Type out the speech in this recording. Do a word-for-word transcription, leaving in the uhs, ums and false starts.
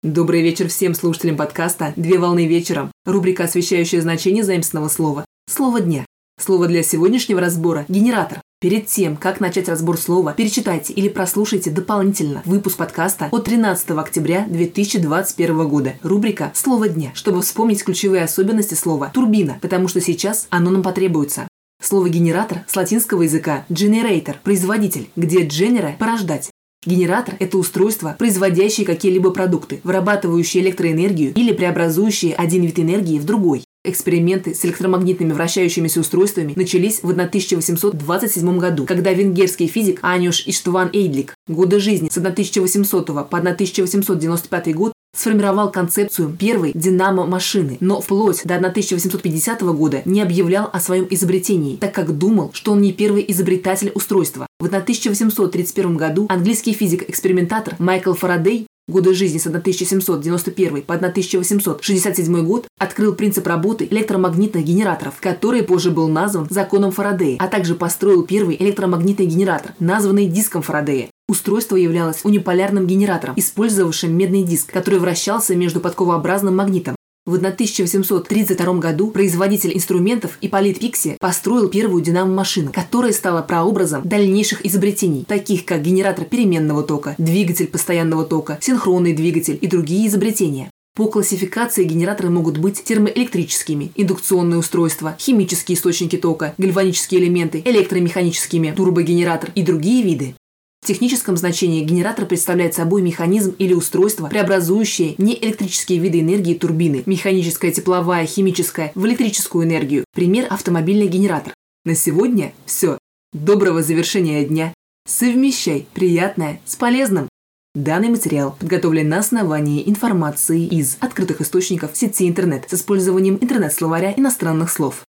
Добрый вечер всем слушателям подкаста «Две волны вечером». Рубрика, освещающая значение заимственного слова. Слово дня. Слово для сегодняшнего разбора – генератор. Перед тем, как начать разбор слова, перечитайте или прослушайте дополнительно выпуск подкаста от тринадцатого октября две тысячи двадцать первого года. Рубрика «Слово дня», чтобы вспомнить ключевые особенности слова «турбина», потому что сейчас оно нам потребуется. Слово «генератор» с латинского языка «generator» – производитель, где «genere» – порождать. Генератор – это устройство, производящее какие-либо продукты, вырабатывающие электроэнергию или преобразующие один вид энергии в другой. Эксперименты с электромагнитными вращающимися устройствами начались в тысяча восемьсот двадцать седьмом году, когда венгерский физик Аниош Иштван Эйдлик, годы жизни с тысяча восьмисотого по тысяча восемьсот девяносто пятый год, сформировал концепцию первой динамо-машины, но вплоть до тысяча восемьсот пятидесятого года не объявлял о своем изобретении, так как думал, что он не первый изобретатель устройства. В тысяча восемьсот тридцать первом году английский физик-экспериментатор Майкл Фарадей, годы жизни с тысяча семьсот девяносто первого по тысяча восемьсот шестьдесят седьмой год, открыл принцип работы электромагнитных генераторов, который позже был назван законом Фарадея, а также построил первый электромагнитный генератор, названный диском Фарадея. Устройство являлось униполярным генератором, использовавшим медный диск, который вращался между подковообразным магнитом. В тысяча восемьсот тридцать втором году производитель инструментов Ипполит Пикси построил первую динамо-машину, которая стала прообразом дальнейших изобретений, таких как генератор переменного тока, двигатель постоянного тока, синхронный двигатель и другие изобретения. По классификации генераторы могут быть термоэлектрическими, индукционные устройства, химические источники тока, гальванические элементы, электромеханическими, турбогенератор и другие виды. В техническом значении генератор представляет собой механизм или устройство, преобразующее неэлектрические виды энергии турбины, механическая, тепловая, химическая, в электрическую энергию. Пример – автомобильный генератор. На сегодня все. Доброго завершения дня. Совмещай приятное с полезным. Данный материал подготовлен на основании информации из открытых источников сети интернет с использованием интернет-словаря иностранных слов.